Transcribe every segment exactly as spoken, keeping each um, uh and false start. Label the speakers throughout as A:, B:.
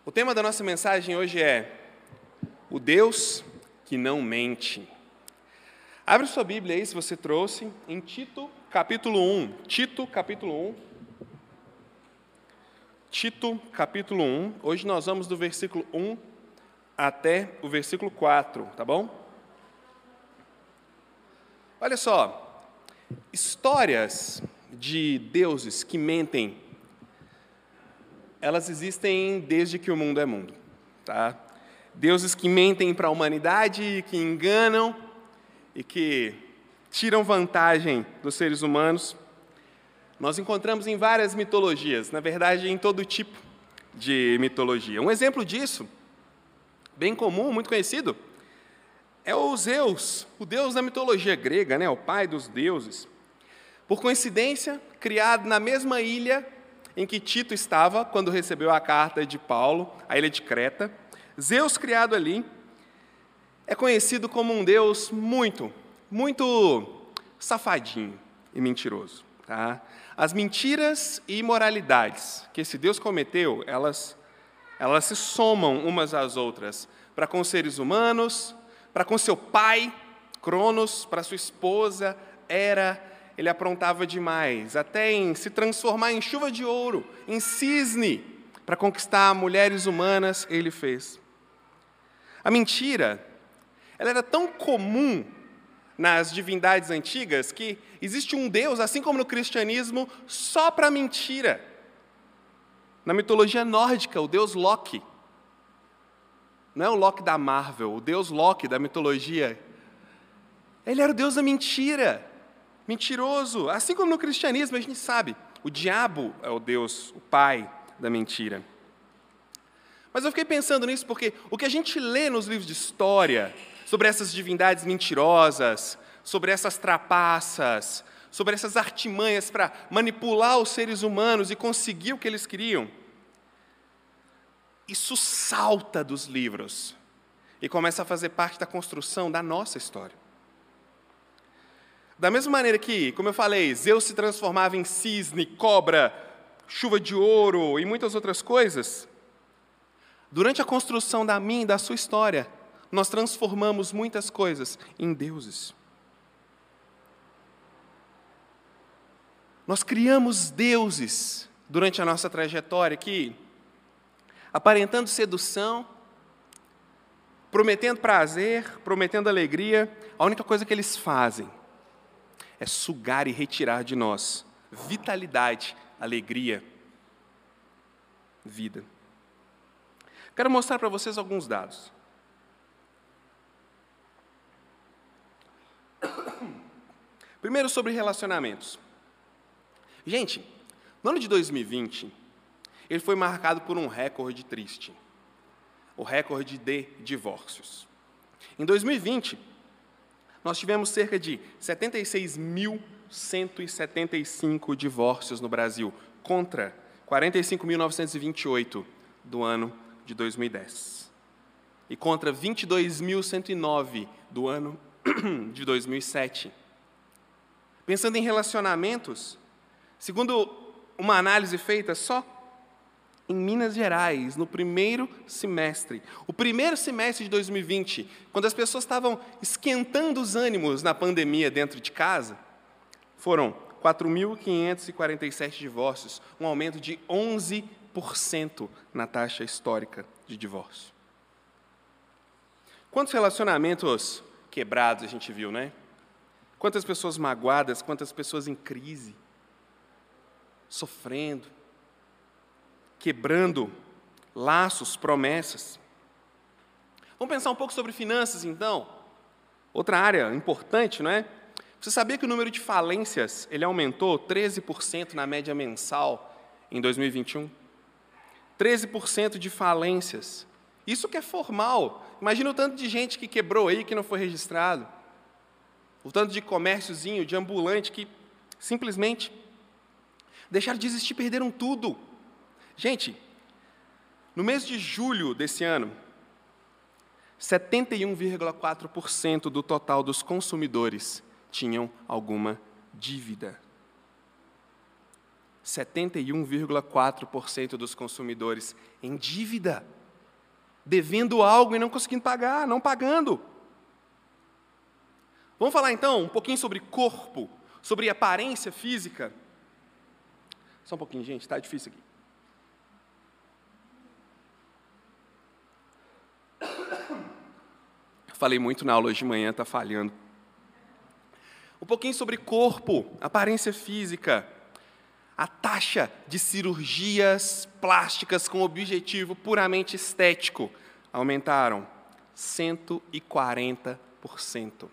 A: O tema da nossa mensagem hoje é o Deus que não mente. Abre sua Bíblia aí, se você trouxe, em Tito, capítulo um. Tito, capítulo um. Tito, capítulo um. Hoje nós vamos do versículo um até o versículo quatro, tá bom? Olha só, histórias de deuses que mentem, elas existem desde que o mundo é mundo, tá? Deuses que mentem para a humanidade, que enganam e que tiram vantagem dos seres humanos. Nós encontramos em várias mitologias, na verdade, em todo tipo de mitologia. Um exemplo disso, bem comum, muito conhecido, é o Zeus, o deus da mitologia grega, né? O pai dos deuses. Por coincidência, criado na mesma ilha em que Tito estava quando recebeu a carta de Paulo, a ilha de Creta. Zeus, criado ali, é conhecido como um deus muito, muito safadinho e mentiroso. Tá? As mentiras e imoralidades que esse deus cometeu, elas, elas se somam umas às outras, para com os seres humanos, para com seu pai, Cronos, para sua esposa, Hera. Ele aprontava demais, até em se transformar em chuva de ouro, em cisne, para conquistar mulheres humanas, ele fez. A mentira, ela era tão comum nas divindades antigas que existe um Deus, assim como no cristianismo, só para a mentira. Na mitologia nórdica, o deus Loki. Não é o Loki da Marvel, o deus Loki da mitologia. Ele era o deus da mentira. Mentiroso, assim como no cristianismo, a gente sabe, o diabo é o Deus, o pai da mentira. Mas eu fiquei pensando nisso porque o que a gente lê nos livros de história, sobre essas divindades mentirosas, sobre essas trapaças, sobre essas artimanhas para manipular os seres humanos e conseguir o que eles queriam, isso salta dos livros e começa a fazer parte da construção da nossa história. Da mesma maneira que, como eu falei, Zeus se transformava em cisne, cobra, chuva de ouro e muitas outras coisas, durante a construção da minha e da sua história, nós transformamos muitas coisas em deuses. Nós criamos deuses durante a nossa trajetória que, aparentando sedução, prometendo prazer, prometendo alegria, a única coisa que eles fazem é sugar e retirar de nós vitalidade, alegria, vida. Quero mostrar para vocês alguns dados. Primeiro, sobre relacionamentos. Gente, no ano de dois mil e vinte, ele foi marcado por um recorde triste. O recorde de divórcios. Em dois mil e vinte, nós tivemos cerca de setenta e seis mil cento e setenta e cinco divórcios no Brasil, contra quarenta e cinco mil novecentos e vinte e oito do ano de dois mil e dez. E contra vinte e dois mil cento e nove do ano de dois mil e sete. Pensando em relacionamentos, segundo uma análise feita só em Minas Gerais, no primeiro semestre. O primeiro semestre de dois mil e vinte, quando as pessoas estavam esquentando os ânimos na pandemia dentro de casa, foram quatro mil quinhentos e quarenta e sete divórcios, um aumento de onze por cento na taxa histórica de divórcio. Quantos relacionamentos quebrados a gente viu, né? Quantas pessoas magoadas, quantas pessoas em crise, sofrendo, quebrando laços, promessas. Vamos pensar um pouco sobre finanças, então. Outra área importante, não é? Você sabia que o número de falências ele aumentou treze por cento na média mensal em dois mil e vinte e um? treze por cento de falências. Isso que é formal. Imagina o tanto de gente que quebrou aí, que não foi registrado. O tanto de comérciozinho, de ambulante, que simplesmente deixaram de existir, perderam tudo. Gente, no mês de julho desse ano, setenta e um vírgula quatro por cento do total dos consumidores tinham alguma dívida. setenta e um vírgula quatro por cento dos consumidores em dívida. devendo algo e não conseguindo pagar, não pagando. Vamos falar então um pouquinho sobre corpo, sobre aparência física. Só um pouquinho, gente, está difícil aqui. Falei muito na aula hoje de manhã, está falhando. Um pouquinho sobre corpo, aparência física. A taxa de cirurgias plásticas com objetivo puramente estético aumentaram cento e quarenta por cento.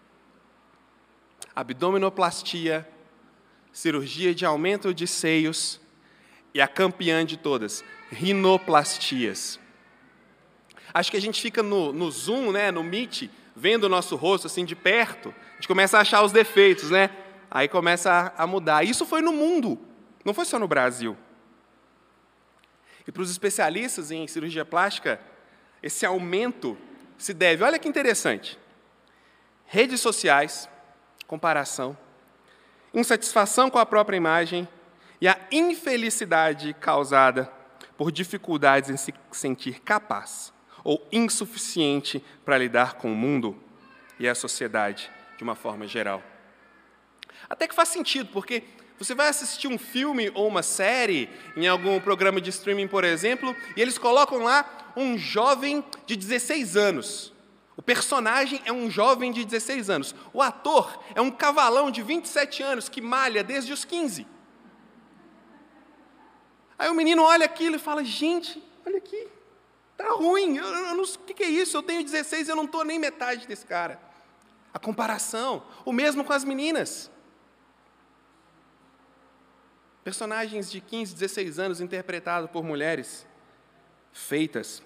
A: Abdominoplastia, cirurgia de aumento de seios e a campeã de todas, rinoplastias. Acho que a gente fica no, no Zoom, né, no Meet, vendo o nosso rosto assim de perto, a gente começa a achar os defeitos, né? Aí começa a, a mudar. Isso foi no mundo, não foi só no Brasil. E para os especialistas em cirurgia plástica, esse aumento se deve, olha que interessante, redes sociais, comparação, insatisfação com a própria imagem e a infelicidade causada por dificuldades em se sentir capaz ou insuficiente para lidar com o mundo e a sociedade de uma forma geral. Até que faz sentido, porque você vai assistir um filme ou uma série em algum programa de streaming, por exemplo, e eles colocam lá um jovem de dezesseis anos. O personagem é um jovem de dezesseis anos. O ator é um cavalão de vinte e sete anos que malha desde os quinze. Aí o menino olha aquilo e fala, gente, olha aqui, tá ruim, eu, eu não, o que, que é isso? Eu tenho dezesseis e eu não estou nem metade desse cara. A comparação, o mesmo com as meninas. Personagens de quinze, dezesseis anos interpretados por mulheres feitas.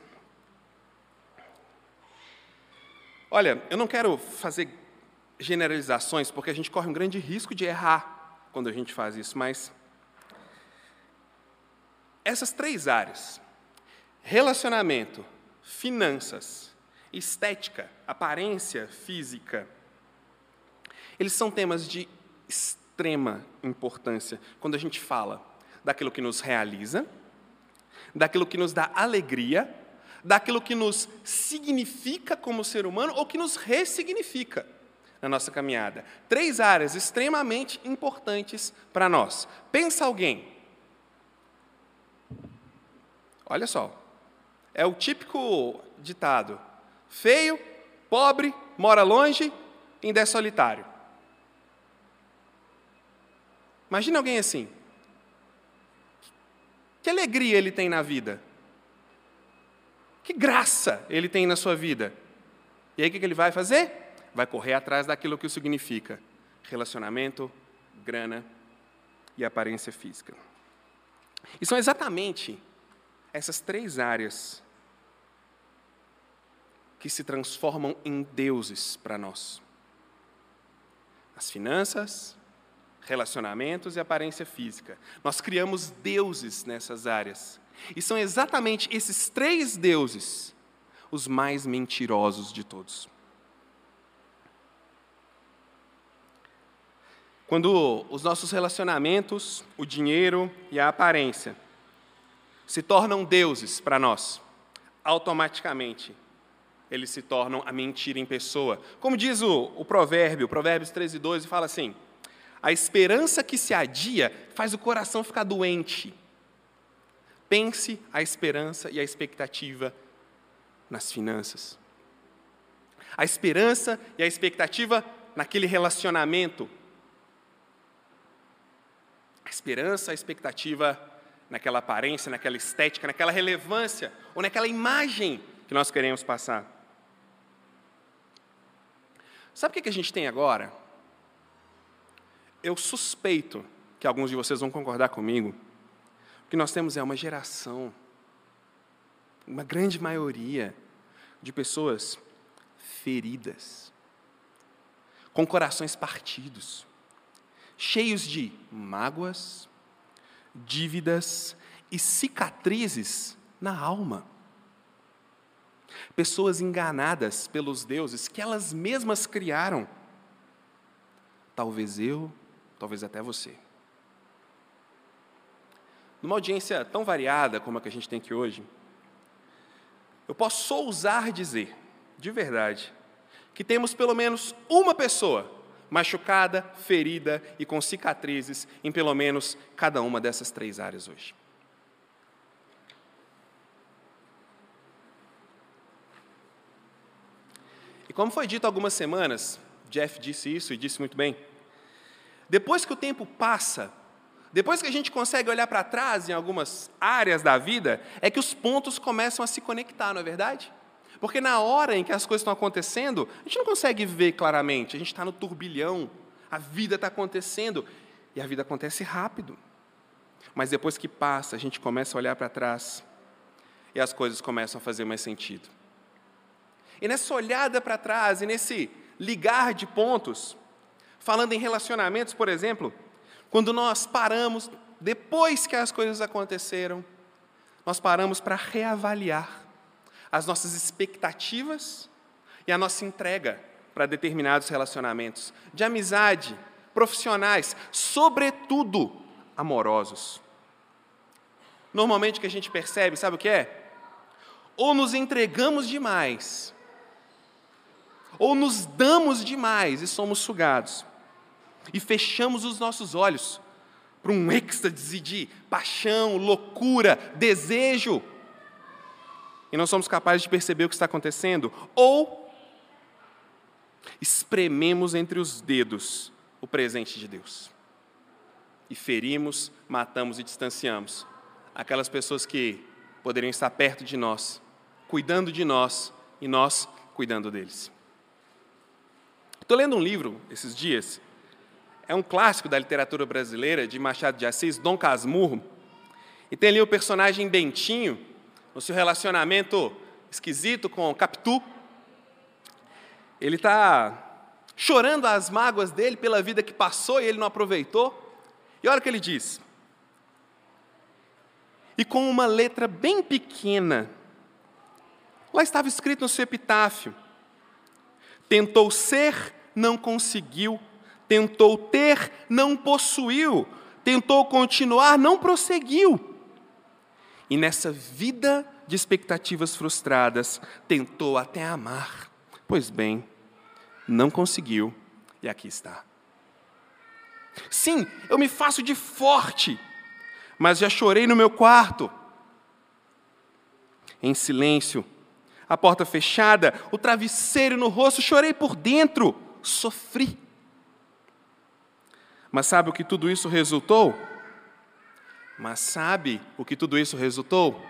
A: Olha, eu não quero fazer generalizações, porque a gente corre um grande risco de errar quando a gente faz isso, mas essas três áreas, relacionamento, finanças, estética, aparência física, eles são temas de extrema importância quando a gente fala daquilo que nos realiza, daquilo que nos dá alegria, daquilo que nos significa como ser humano ou que nos ressignifica na nossa caminhada. Três áreas extremamente importantes para nós. Pensa alguém. Olha só, é o típico ditado, feio, pobre, mora longe, ainda é solitário. Imagina alguém assim. Que alegria ele tem na vida? Que graça ele tem na sua vida? E aí o que ele vai fazer? Vai correr atrás daquilo que o significa. Relacionamento, grana e aparência física. E são exatamente essas três áreas que se transformam em deuses para nós. As finanças, relacionamentos e aparência física. Nós criamos deuses nessas áreas. E são exatamente esses três deuses os mais mentirosos de todos. Quando os nossos relacionamentos, o dinheiro e a aparência se tornam deuses para nós, automaticamente eles se tornam a mentira em pessoa. Como diz o, o provérbio, Provérbios treze, doze, fala assim, a esperança que se adia faz o coração ficar doente. Pense a esperança e a expectativa nas finanças. A esperança e a expectativa naquele relacionamento. A esperança, a expectativa naquela aparência, naquela estética, naquela relevância, ou naquela imagem que nós queremos passar. Sabe o que a gente tem agora? Eu suspeito que alguns de vocês vão concordar comigo. O que nós temos é uma geração, uma grande maioria de pessoas feridas, com corações partidos, cheios de mágoas, dívidas e cicatrizes na alma. Pessoas enganadas pelos deuses que elas mesmas criaram. Talvez eu, talvez até você. Numa audiência tão variada como a que a gente tem aqui hoje, eu posso ousar dizer, de verdade, que temos pelo menos uma pessoa machucada, ferida e com cicatrizes em pelo menos cada uma dessas três áreas hoje. E como foi dito há algumas semanas, Jeff disse isso e disse muito bem, depois que o tempo passa, depois que a gente consegue olhar para trás em algumas áreas da vida, é que os pontos começam a se conectar, não é verdade? Porque na hora em que as coisas estão acontecendo, a gente não consegue ver claramente, a gente está no turbilhão, a vida está acontecendo, e a vida acontece rápido. Mas depois que passa, a gente começa a olhar para trás, e as coisas começam a fazer mais sentido. E nessa olhada para trás, e nesse ligar de pontos, falando em relacionamentos, por exemplo, quando nós paramos, depois que as coisas aconteceram, nós paramos para reavaliar as nossas expectativas e a nossa entrega para determinados relacionamentos, de amizade, profissionais, sobretudo amorosos. Normalmente o que a gente percebe, sabe o que é? Ou nos entregamos demais, ou nos damos demais e somos sugados, e fechamos os nossos olhos para um êxtase de paixão, loucura, desejo, e não somos capazes de perceber o que está acontecendo, ou esprememos entre os dedos o presente de Deus, e ferimos, matamos e distanciamos aquelas pessoas que poderiam estar perto de nós, cuidando de nós, e nós cuidando deles. Estou lendo um livro esses dias, é um clássico da literatura brasileira, de Machado de Assis, Dom Casmurro, e tem ali o personagem Bentinho, no seu relacionamento esquisito com Capitu. Ele está chorando as mágoas dele pela vida que passou e ele não aproveitou. E olha o que ele diz. E com uma letra bem pequena, lá estava escrito no seu epitáfio: tentou ser, não conseguiu. Tentou ter, não possuiu. Tentou continuar, não prosseguiu. E nessa vida de expectativas frustradas, tentou até amar. Pois bem, não conseguiu, e aqui está. Sim, eu me faço de forte, mas já chorei no meu quarto. Em silêncio, a porta fechada, o travesseiro no rosto, chorei por dentro, sofri. Mas sabe o que tudo isso resultou? Mas sabe o que tudo isso resultou?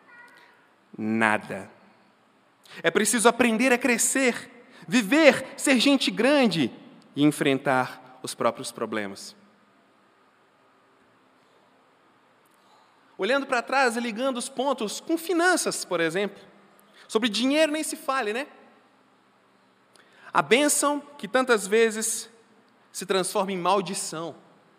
A: Nada. É preciso aprender a crescer, viver, ser gente grande e enfrentar os próprios problemas. Olhando para trás e ligando os pontos com finanças, por exemplo. Sobre dinheiro nem se fale, né? A bênção que tantas vezes se transforma em maldição.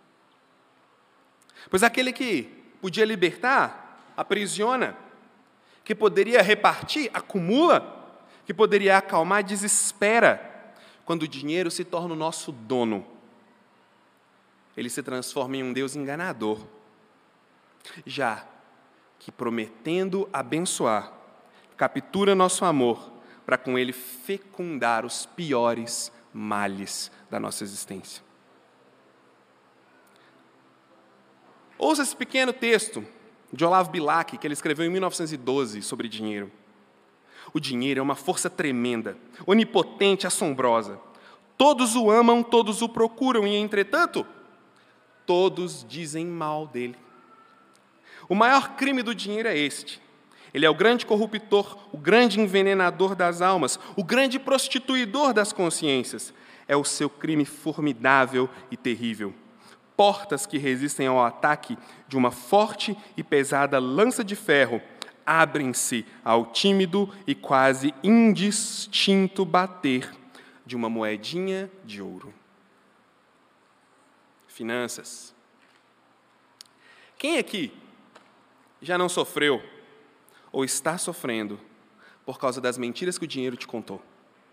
A: Pois aquele que podia libertar, aprisiona, que poderia repartir, acumula, que poderia acalmar, desespera. Quando o dinheiro se torna o nosso dono, ele se transforma em um Deus enganador. Já que, prometendo abençoar, captura nosso amor para com ele fecundar os piores males da nossa existência. Ouça esse pequeno texto de Olavo Bilac, que ele escreveu em mil novecentos e doze, sobre dinheiro. O dinheiro é uma força tremenda, onipotente, assombrosa. Todos o amam, todos o procuram, e, entretanto, todos dizem mal dele. O maior crime do dinheiro é este. Ele é o grande corruptor, o grande envenenador das almas, o grande prostituidor das consciências. É o seu crime formidável e terrível. Portas que resistem ao ataque de uma forte e pesada lança de ferro abrem-se ao tímido e quase indistinto bater de uma moedinha de ouro. Finanças. Quem aqui já não sofreu ou está sofrendo por causa das mentiras que o dinheiro te contou?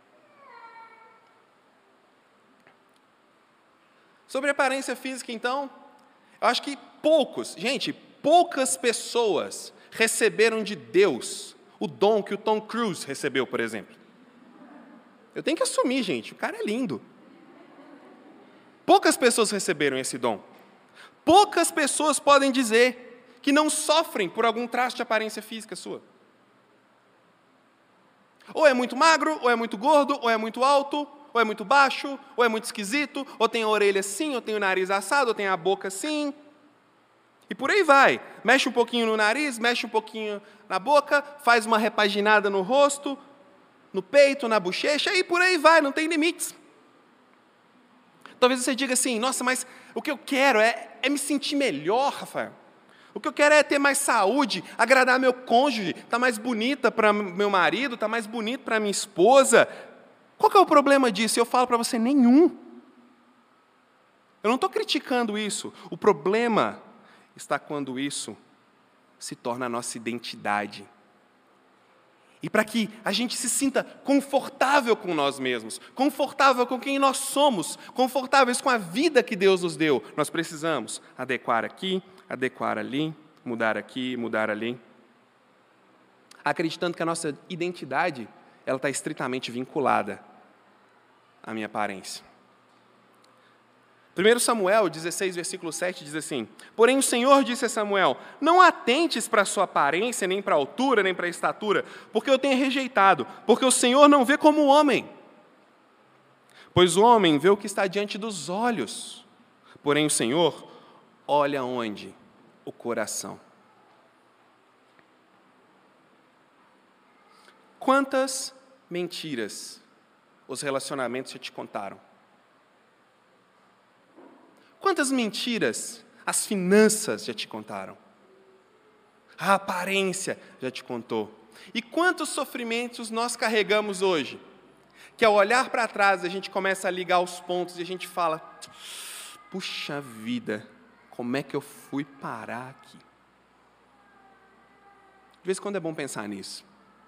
A: Sobre aparência física, então, eu acho que poucos, gente, poucas pessoas receberam de Deus o dom que o Tom Cruise recebeu, por exemplo. Eu tenho que assumir, gente, o cara é lindo. Poucas pessoas receberam esse dom. Poucas pessoas podem dizer que não sofrem por algum traço de aparência física sua. Ou é muito magro, ou é muito gordo, ou é muito alto, ou é muito baixo, ou é muito esquisito, ou tem a orelha assim, ou tem o nariz assado, ou tem a boca assim. E por aí vai. Mexe um pouquinho no nariz, mexe um pouquinho na boca, faz uma repaginada no rosto, no peito, na bochecha, e por aí vai, não tem limites. Talvez você diga assim, nossa, mas o que eu quero é, é me sentir melhor, Rafael. O que eu quero é ter mais saúde, agradar meu cônjuge, estar tá mais bonita para meu marido, estar tá mais bonito para minha esposa. Qual que é o problema disso? Eu falo para você, nenhum. Eu não estou criticando isso. O problema está quando isso se torna a nossa identidade. E para que a gente se sinta confortável com nós mesmos, confortável com quem nós somos, confortáveis com a vida que Deus nos deu, nós precisamos adequar aqui, adequar ali, mudar aqui, mudar ali. Acreditando que a nossa identidade ela está estritamente vinculada à minha aparência. primeiro Samuel dezesseis, versículo sete, diz assim, porém o Senhor disse a Samuel, não atentes para a sua aparência, nem para a altura, nem para a estatura, porque eu tenho rejeitado, porque o Senhor não vê como o homem. Pois o homem vê o que está diante dos olhos, porém o Senhor olha onde? O coração. Quantas mentiras os relacionamentos já te contaram? Quantas mentiras as finanças já te contaram? A aparência já te contou. E quantos sofrimentos nós carregamos hoje? Que ao olhar para trás a gente começa a ligar os pontos e a gente fala, puxa vida, como é que eu fui parar aqui? De vez em quando é bom pensar nisso.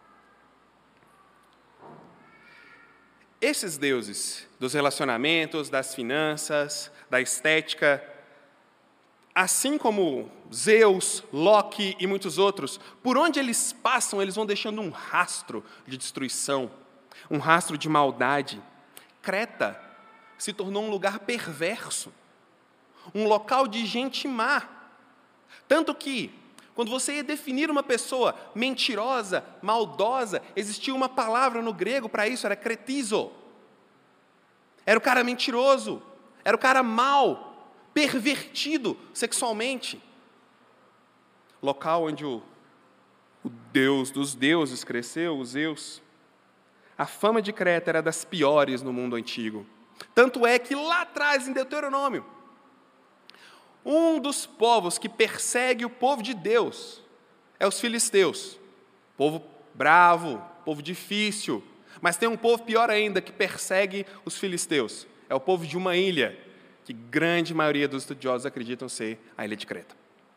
A: Esses deuses dos relacionamentos, das finanças, da estética, assim como Zeus, Loki e muitos outros, por onde eles passam, eles vão deixando um rastro de destruição, um rastro de maldade. Creta se tornou um lugar perverso, um local de gente má. Tanto que, quando você ia definir uma pessoa mentirosa, maldosa, existia uma palavra no grego para isso, era cretizo. Era o cara mentiroso, era o cara mau, pervertido sexualmente. Local onde o, o Deus dos deuses cresceu, o Zeus. A fama de Creta era das piores no mundo antigo. Tanto é que lá atrás, em Deuteronômio, um dos povos que persegue o povo de Deus é os filisteus. Povo bravo, povo difícil. Mas tem um povo pior ainda que persegue os filisteus. É o povo de uma ilha, que grande maioria dos estudiosos acreditam ser a ilha de Creta.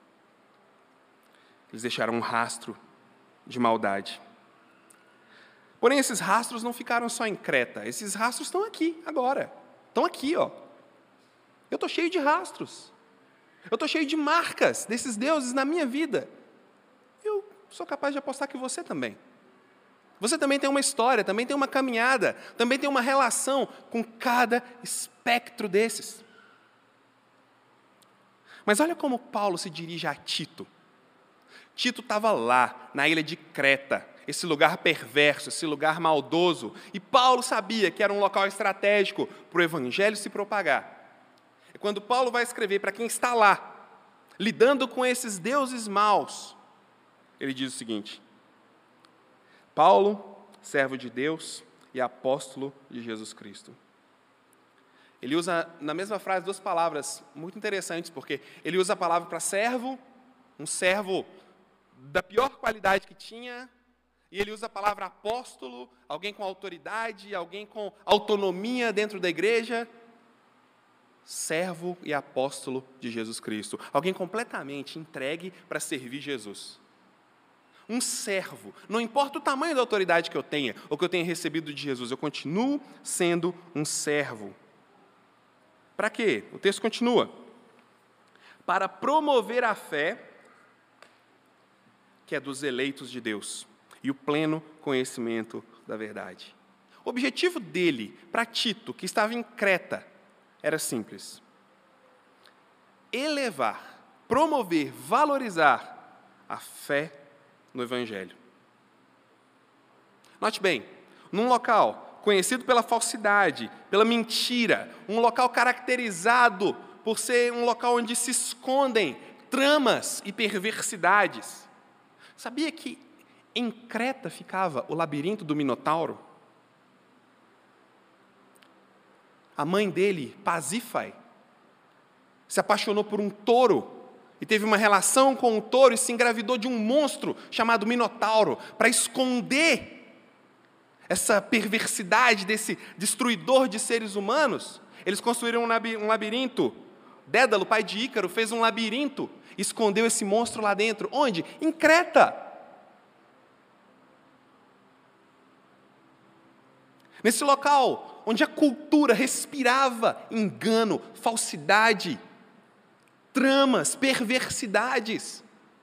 A: Eles deixaram um rastro de maldade. Porém, esses rastros não ficaram só em Creta. Esses rastros estão aqui, agora. Estão aqui, ó. Eu estou cheio de rastros. Eu estou cheio de marcas desses deuses na minha vida. Eu sou capaz de apostar que você também. Você também tem uma história, também tem uma caminhada, também tem uma relação com cada espectro desses. Mas olha como Paulo se dirige a Tito. Tito estava lá, na ilha de Creta, esse lugar perverso, esse lugar maldoso, e Paulo sabia que era um local estratégico para o evangelho se propagar. E quando Paulo vai escrever para quem está lá, lidando com esses deuses maus, ele diz o seguinte, Paulo, servo de Deus e apóstolo de Jesus Cristo. Ele usa, na mesma frase, duas palavras muito interessantes, porque ele usa a palavra para servo, um servo da pior qualidade que tinha, e ele usa a palavra apóstolo, alguém com autoridade, alguém com autonomia dentro da igreja, servo e apóstolo de Jesus Cristo, alguém completamente entregue para servir Jesus. Um servo, não importa o tamanho da autoridade que eu tenha, ou que eu tenha recebido de Jesus, eu continuo sendo um servo. Para quê? O texto continua. Para promover a fé que é dos eleitos de Deus e o pleno conhecimento da verdade. O objetivo dele, para Tito, que estava em Creta, era simples: elevar, promover, valorizar a fé no Evangelho. Note bem, num local conhecido pela falsidade, pela mentira, um local caracterizado por ser um local onde se escondem tramas e perversidades. Sabia que em Creta ficava o labirinto do Minotauro? A mãe dele, Pasífae, se apaixonou por um touro e teve uma relação com o touro e se engravidou de um monstro chamado Minotauro, para esconder essa perversidade desse destruidor de seres humanos. Eles construíram um labirinto. Dédalo, pai de Ícaro, fez um labirinto, escondeu esse monstro lá dentro. Onde? Em Creta. Nesse local onde a cultura respirava engano, falsidade, tramas, perversidades.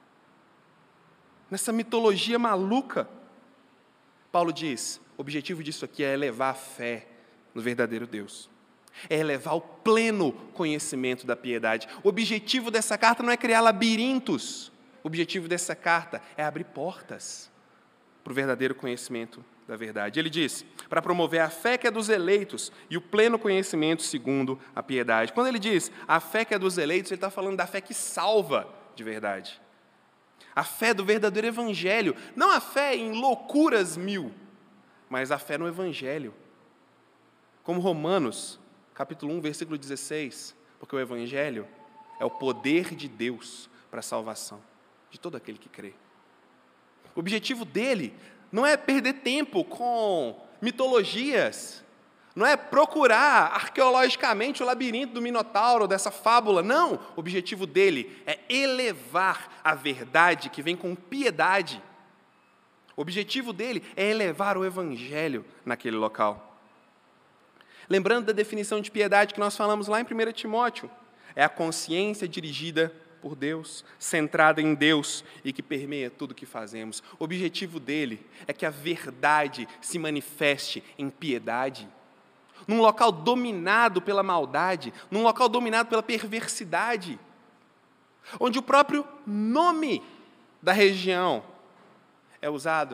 A: Nessa mitologia maluca, Paulo diz: o objetivo disso aqui é elevar a fé no verdadeiro Deus. É elevar o pleno conhecimento da piedade. O objetivo dessa carta não é criar labirintos. O objetivo dessa carta é abrir portas para o verdadeiro conhecimento da verdade. Ele diz, para promover a fé que é dos eleitos e o pleno conhecimento segundo a piedade. Quando ele diz a fé que é dos eleitos, ele está falando da fé que salva de verdade. A fé do verdadeiro evangelho. Não a fé em loucuras mil, mas a fé no evangelho. Como Romanos, capítulo um, versículo dezesseis, porque o evangelho é o poder de Deus para a salvação de todo aquele que crê. O objetivo dele não é perder tempo com mitologias, não é procurar arqueologicamente o labirinto do Minotauro, dessa fábula, não. O objetivo dele é elevar a verdade que vem com piedade. O objetivo dele é elevar o evangelho naquele local. Lembrando da definição de piedade que nós falamos lá em primeiro Timóteo, é a consciência dirigida por Deus, centrada em Deus e que permeia tudo o que fazemos. O objetivo dele é que a verdade se manifeste em piedade. Num local dominado pela maldade, num local dominado pela perversidade, onde o próprio nome da região é usado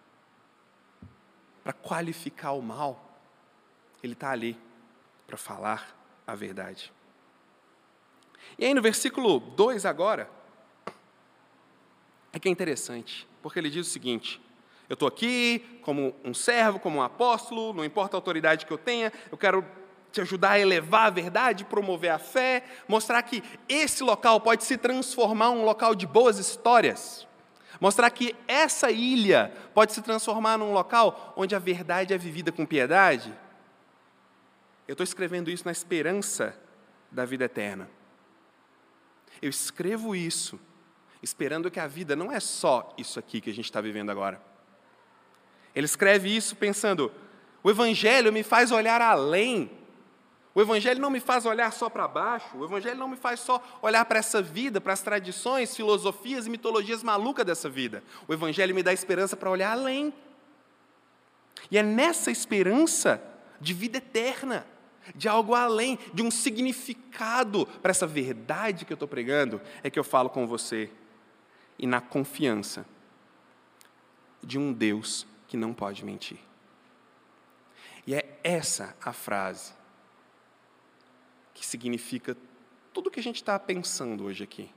A: para qualificar o mal. Ele está ali para falar a verdade. E aí no versículo dois agora, é que é interessante, porque ele diz o seguinte: eu estou aqui como um servo, como um apóstolo, não importa a autoridade que eu tenha, eu quero te ajudar a elevar a verdade, promover a fé, mostrar que esse local pode se transformar em um local de boas histórias, mostrar que essa ilha pode se transformar num local onde a verdade é vivida com piedade. Eu estou escrevendo isso na esperança da vida eterna. Eu escrevo isso esperando que a vida não é só isso aqui que a gente está vivendo agora. Ele escreve isso pensando, o Evangelho me faz olhar além. O Evangelho não me faz olhar só para baixo. O Evangelho não me faz só olhar para essa vida, para as tradições, filosofias e mitologias malucas dessa vida. O Evangelho me dá esperança para olhar além. E é nessa esperança de vida eterna, de algo além, de um significado para essa verdade que eu estou pregando, é que eu falo com você. E na confiança de um Deus que não pode mentir. E é essa a frase que significa tudo o que a gente está pensando hoje aqui.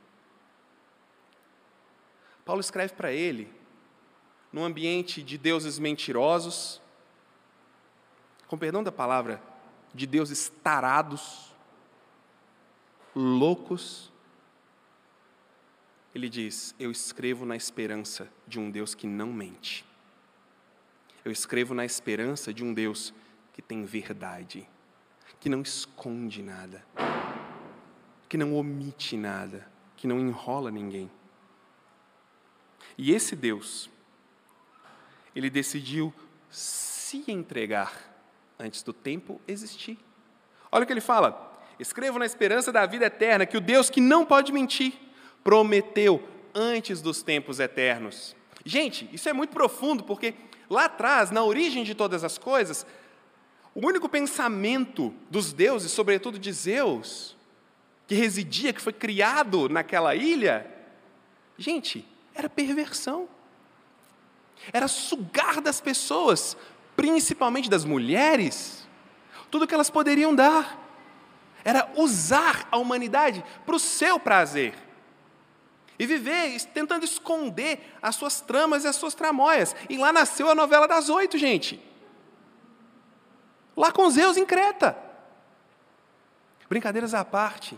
A: Paulo escreve para ele, num ambiente de deuses mentirosos, com perdão da palavra, de deuses tarados, loucos. Ele diz, eu escrevo na esperança de um Deus que não mente. Eu escrevo na esperança de um Deus que tem verdade, que não esconde nada, que não omite nada, que não enrola ninguém. E esse Deus, ele decidiu se entregar antes do tempo existir. Olha o que ele fala, escrevo na esperança da vida eterna, que o Deus que não pode mentir, prometeu antes dos tempos eternos, Gente, isso é muito profundo, porque lá atrás, na origem de todas as coisas, o único pensamento dos deuses, sobretudo de Zeus, que residia, que foi criado naquela ilha, gente, era perversão. Era sugar das pessoas, principalmente das mulheres, tudo que elas poderiam dar. Era usar a humanidade para o seu prazer. E viver tentando esconder as suas tramas e as suas tramóias. E lá nasceu a novela das oito, gente. Lá com Zeus em Creta. Brincadeiras à parte.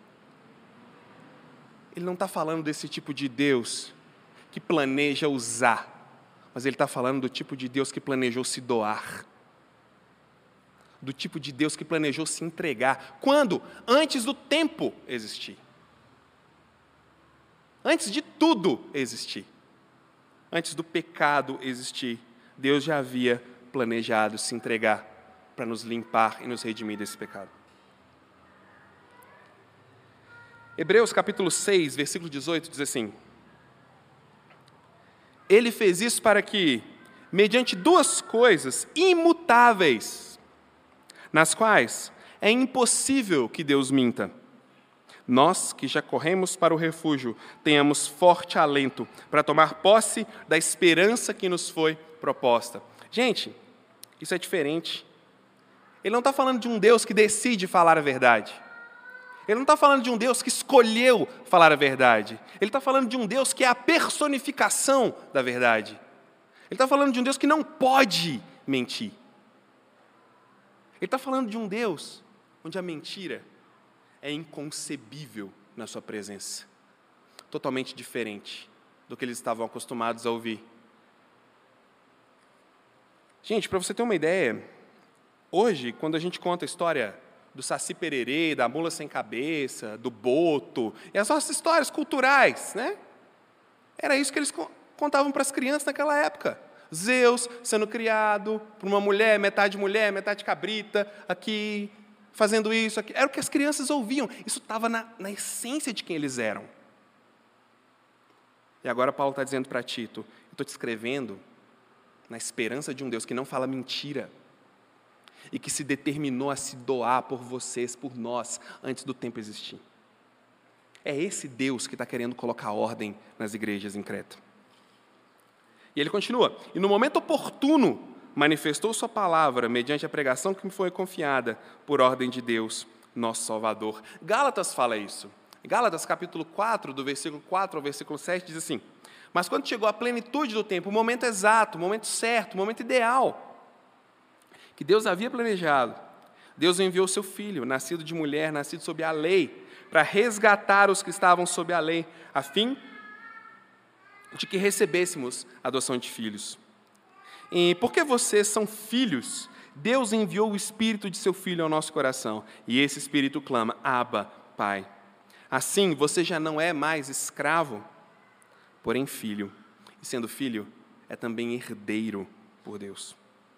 A: Ele não está falando desse tipo de Deus que planeja usar. Mas ele está falando do tipo de Deus que planejou se doar. Do tipo de Deus que planejou se entregar. Quando? Antes do tempo existir. Antes de tudo existir. Antes do pecado existir. Deus já havia planejado se entregar para nos limpar e nos redimir desse pecado. Hebreus capítulo seis, versículo dezoito, diz assim: Ele fez isso para que, mediante duas coisas imutáveis, nas quais é impossível que Deus minta, nós, que já corremos para o refúgio, tenhamos forte alento para tomar posse da esperança que nos foi proposta. Gente, isso é diferente. Ele não está falando de um Deus que decide falar a verdade. Ele não está falando de um Deus que escolheu falar a verdade. Ele está falando de um Deus que é a personificação da verdade. Ele está falando de um Deus que não pode mentir. Ele está falando de um Deus onde a mentira é inconcebível na sua presença. Totalmente diferente do que eles estavam acostumados a ouvir. Gente, para você ter uma ideia, hoje, quando a gente conta a história do Saci Pererê, da mula sem cabeça, do boto, e as nossas histórias culturais, né? Era isso que eles contavam para as crianças naquela época. Zeus sendo criado por uma mulher, metade mulher, metade cabrita, aqui, fazendo isso, aqui. Era o que as crianças ouviam. Isso estava na, na essência de quem eles eram. E agora Paulo está dizendo para Tito, eu estou te escrevendo na esperança de um Deus que não fala mentira e que se determinou a se doar por vocês, por nós, antes do tempo existir. É esse Deus que está querendo colocar ordem nas igrejas em Creta. E ele continua, e no momento oportuno, manifestou sua palavra, mediante a pregação que me foi confiada, por ordem de Deus, nosso Salvador. Gálatas fala isso. Gálatas, capítulo quatro, do versículo quatro ao versículo sete, diz assim, mas quando chegou a plenitude do tempo, o momento exato, o momento certo, o momento ideal, que Deus havia planejado, Deus enviou seu Filho, nascido de mulher, nascido sob a lei, para resgatar os que estavam sob a lei, a fim de que recebêssemos a adoção de filhos. E porque vocês são filhos, Deus enviou o Espírito de seu Filho ao nosso coração, e esse Espírito clama, Abba, Pai. Assim, você já não é mais escravo, porém filho, e sendo filho, é também herdeiro por Deus.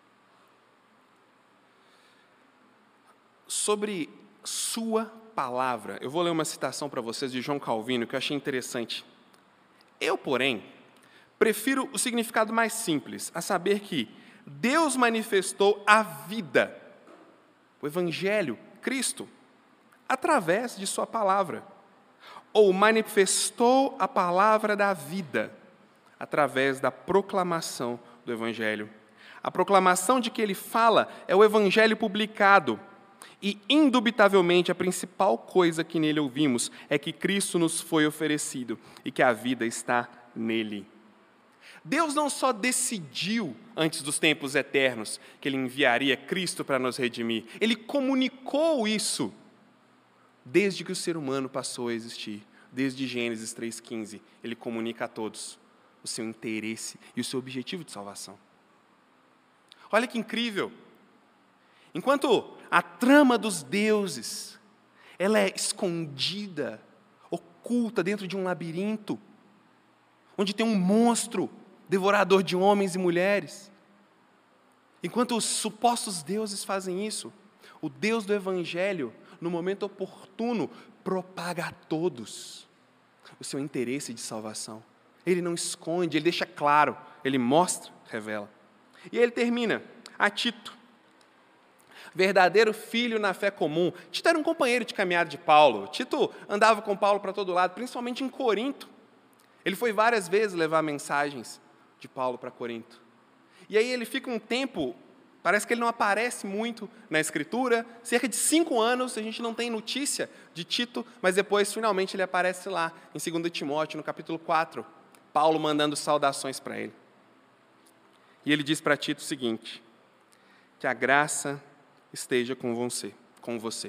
A: Sobre sua palavra, eu vou ler uma citação para vocês de João Calvino, que eu achei interessante. Eu, porém, prefiro o significado mais simples, a saber que Deus manifestou a vida, o Evangelho, Cristo, através de sua palavra, ou manifestou a palavra da vida, através da proclamação do Evangelho. A proclamação de que ele fala é o Evangelho publicado, e, indubitavelmente, a principal coisa que nele ouvimos é que Cristo nos foi oferecido e que a vida está nele. Deus não só decidiu, antes dos tempos eternos, que Ele enviaria Cristo para nos redimir. Ele comunicou isso desde que o ser humano passou a existir. Desde Gênesis três, quinze, Ele comunica a todos o seu interesse e o seu objetivo de salvação. Olha que incrível! Enquanto a trama dos deuses, ela é escondida, oculta dentro de um labirinto, onde tem um monstro devorador de homens e mulheres. Enquanto os supostos deuses fazem isso, o Deus do Evangelho, no momento oportuno, propaga a todos o seu interesse de salvação. Ele não esconde, ele deixa claro, ele mostra, revela. E ele termina, a Tito, verdadeiro filho na fé comum. Tito era um companheiro de caminhada de Paulo. Tito andava com Paulo para todo lado, principalmente em Corinto. Ele foi várias vezes levar mensagens de Paulo para Corinto. E aí ele fica um tempo, parece que ele não aparece muito na Escritura, cerca de cinco anos, a gente não tem notícia de Tito, mas depois, finalmente, ele aparece lá, em segundo Timóteo, no capítulo quatro, Paulo mandando saudações para ele. E ele diz para Tito o seguinte, que a graça esteja com você, com você.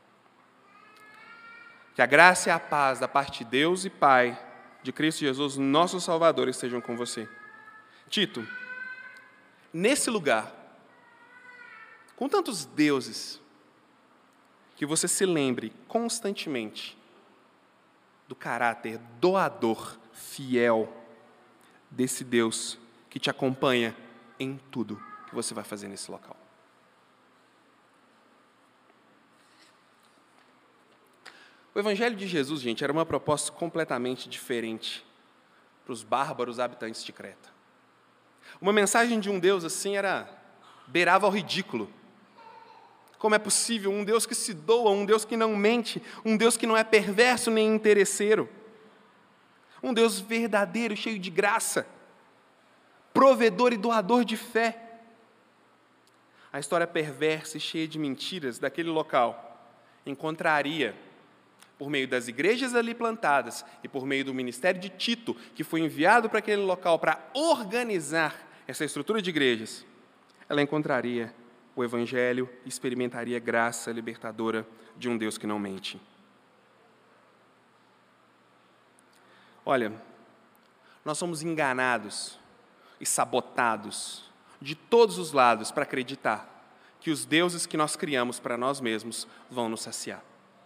A: Que a graça e a paz da parte de Deus e Pai, de Cristo Jesus, nosso Salvador, estejam com você. Tito, nesse lugar, com tantos deuses, que você se lembre constantemente do caráter doador, fiel, desse Deus que te acompanha em tudo que você vai fazer nesse local. O Evangelho de Jesus, gente, era uma proposta completamente diferente para os bárbaros habitantes de Creta. Uma mensagem de um Deus assim era, beirava ao ridículo. Como é possível um Deus que se doa, um Deus que não mente, um Deus que não é perverso nem interesseiro, um Deus verdadeiro, cheio de graça, provedor e doador de fé. A história perversa e cheia de mentiras daquele local encontraria, por meio das igrejas ali plantadas e por meio do ministério de Tito, que foi enviado para aquele local para organizar essa estrutura de igrejas, ela encontraria o Evangelho e experimentaria graça libertadora de um Deus que não mente. Olha, nós somos enganados e sabotados de todos os lados para acreditar que os deuses que nós criamos para nós mesmos vão nos saciar.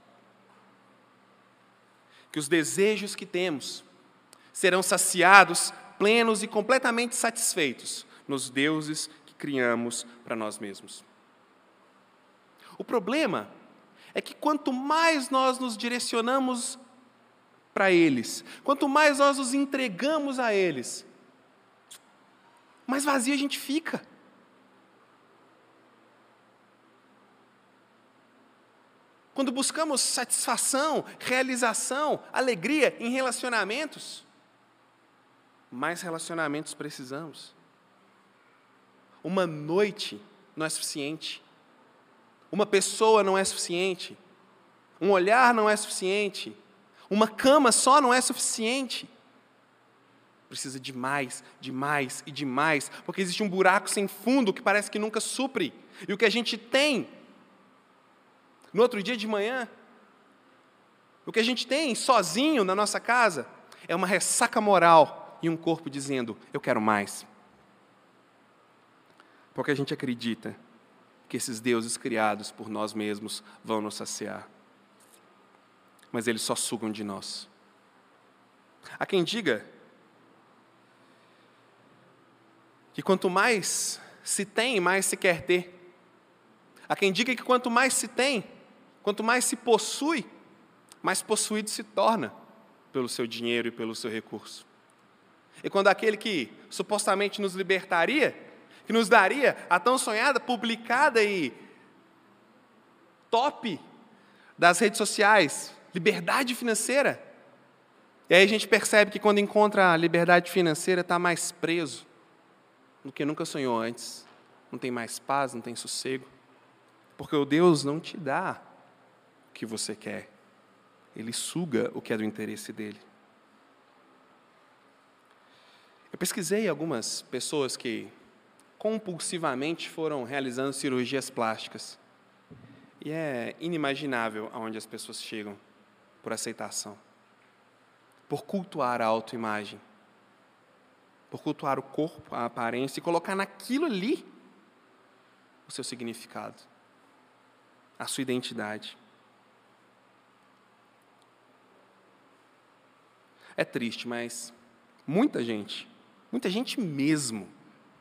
A: Que os desejos que temos serão saciados, plenos e completamente satisfeitos nos deuses que criamos para nós mesmos. O problema é que quanto mais nós nos direcionamos para eles, quanto mais nós nos entregamos a eles, mais vazio a gente fica. Quando buscamos satisfação, realização, alegria em relacionamentos, mais relacionamentos precisamos. Uma noite não é suficiente. Uma pessoa não é suficiente. Um olhar não é suficiente. Uma cama só não é suficiente. Precisa de mais, de mais e de mais, porque existe um buraco sem fundo que parece que nunca supre. E o que a gente tem no outro dia de manhã, o que a gente tem sozinho na nossa casa é uma ressaca moral e um corpo dizendo, eu quero mais. Porque a gente acredita que esses deuses criados por nós mesmos vão nos saciar. Mas eles só sugam de nós. Há quem diga que quanto mais se tem, mais se quer ter. Há quem diga que quanto mais se tem, quanto mais se possui, mais possuído se torna pelo seu dinheiro e pelo seu recurso. E quando aquele que supostamente nos libertaria, que nos daria a tão sonhada, publicada e top das redes sociais, liberdade financeira, e aí a gente percebe que quando encontra a liberdade financeira está mais preso do que nunca sonhou antes, não tem mais paz, não tem sossego, porque o Deus não te dá o que você quer, Ele suga o que é do interesse dEle. Eu pesquisei algumas pessoas que compulsivamente foram realizando cirurgias plásticas, e é inimaginável aonde as pessoas chegam por aceitação, por cultuar a autoimagem, por cultuar o corpo, a aparência, e colocar naquilo ali o seu significado, a sua identidade. É triste, mas muita gente, muita gente mesmo,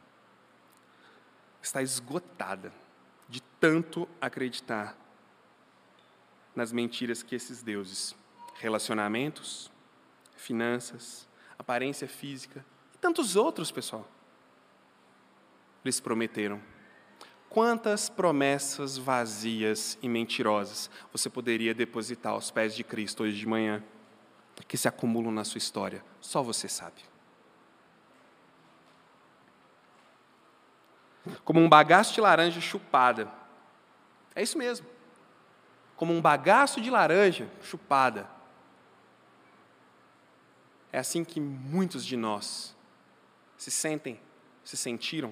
A: está esgotada de tanto acreditar nas mentiras que esses deuses, relacionamentos, finanças, aparência física e tantos outros, pessoal. Eles prometeram. Quantas promessas vazias e mentirosas você poderia depositar aos pés de Cristo hoje de manhã, que se acumulam na sua história? Só você sabe. Como um bagaço de laranja chupada. É isso mesmo. Como um bagaço de laranja chupada. É assim que muitos de nós se sentem, se sentiram.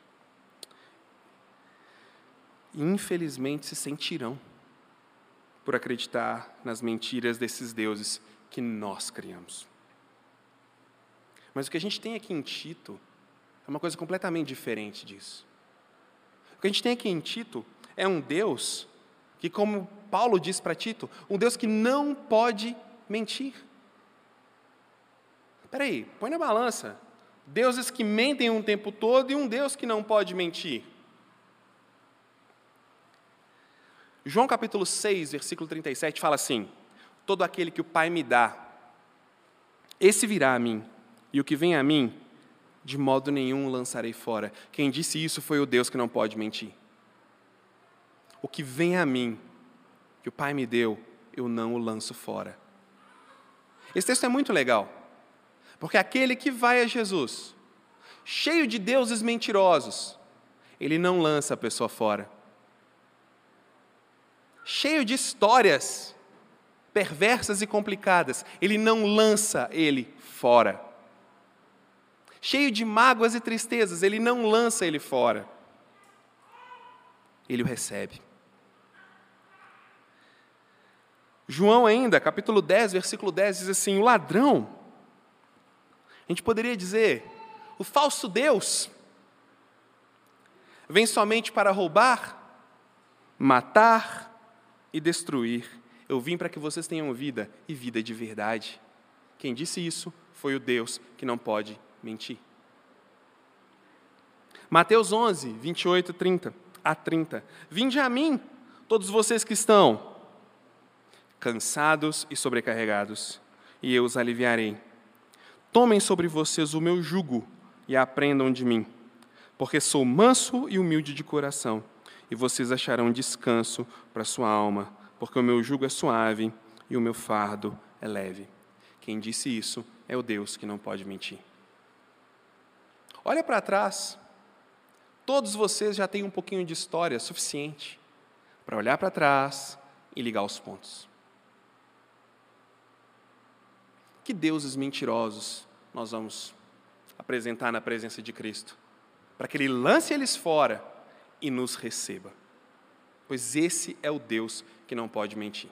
A: E infelizmente se sentirão por acreditar nas mentiras desses deuses que nós criamos. Mas o que a gente tem aqui em Tito é uma coisa completamente diferente disso. O que a gente tem aqui em Tito é um Deus que, como Paulo diz para Tito, um Deus que não pode mentir. Espera aí, põe na balança. Deuses que mentem um tempo todo e um Deus que não pode mentir. João capítulo seis, versículo trinta e sete, fala assim: todo aquele que o Pai me dá, esse virá a mim, e o que vem a mim, de modo nenhum lançarei fora. Quem disse isso foi o Deus que não pode mentir. O que vem a mim, que o Pai me deu, eu não o lanço fora. Esse texto é muito legal, porque aquele que vai a Jesus, cheio de deuses mentirosos, ele não lança a pessoa fora. Cheio de histórias perversas e complicadas, ele não lança ele fora. Cheio de mágoas e tristezas, ele não lança ele fora. Ele o recebe. João ainda, capítulo dez, versículo dez, diz assim: o ladrão, a gente poderia dizer, o falso Deus, vem somente para roubar, matar e destruir. Eu vim para que vocês tenham vida e vida de verdade. Quem disse isso foi o Deus que não pode mentir. Mateus onze, vinte e oito, trinta a trinta. Vinde a mim, todos vocês que estão cansados e sobrecarregados, e eu os aliviarei. Tomem sobre vocês o meu jugo e aprendam de mim, porque sou manso e humilde de coração, e vocês acharão descanso para a sua alma, porque o meu jugo é suave e o meu fardo é leve. Quem disse isso é o Deus que não pode mentir. Olha para trás. Todos vocês já têm um pouquinho de história suficiente para olhar para trás e ligar os pontos. Que deuses mentirosos nós vamos apresentar na presença de Cristo, para que Ele lance eles fora e nos receba. Pois esse é o Deus que não pode mentir.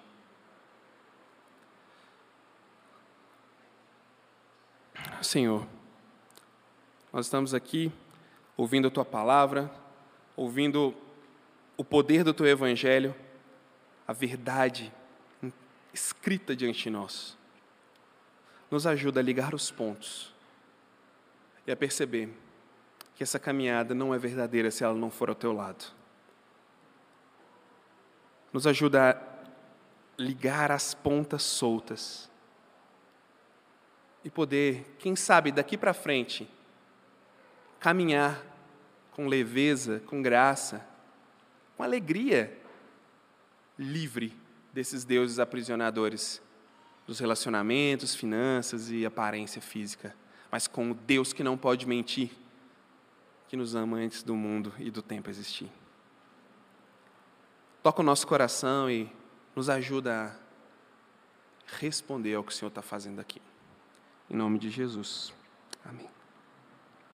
A: Senhor, nós estamos aqui ouvindo a Tua palavra, ouvindo o poder do Teu Evangelho, a verdade escrita diante de nós. Nos ajuda a ligar os pontos e a perceber que essa caminhada não é verdadeira se ela não for ao Teu lado. Nos ajuda a ligar as pontas soltas e poder, quem sabe, daqui para frente, caminhar com leveza, com graça, com alegria, livre desses deuses aprisionadores dos relacionamentos, finanças e aparência física, mas com o Deus que não pode mentir, que nos ama antes do mundo e do tempo existir. Toca o nosso coração e nos ajuda a responder ao que o Senhor está fazendo aqui. Em nome de Jesus. Amém.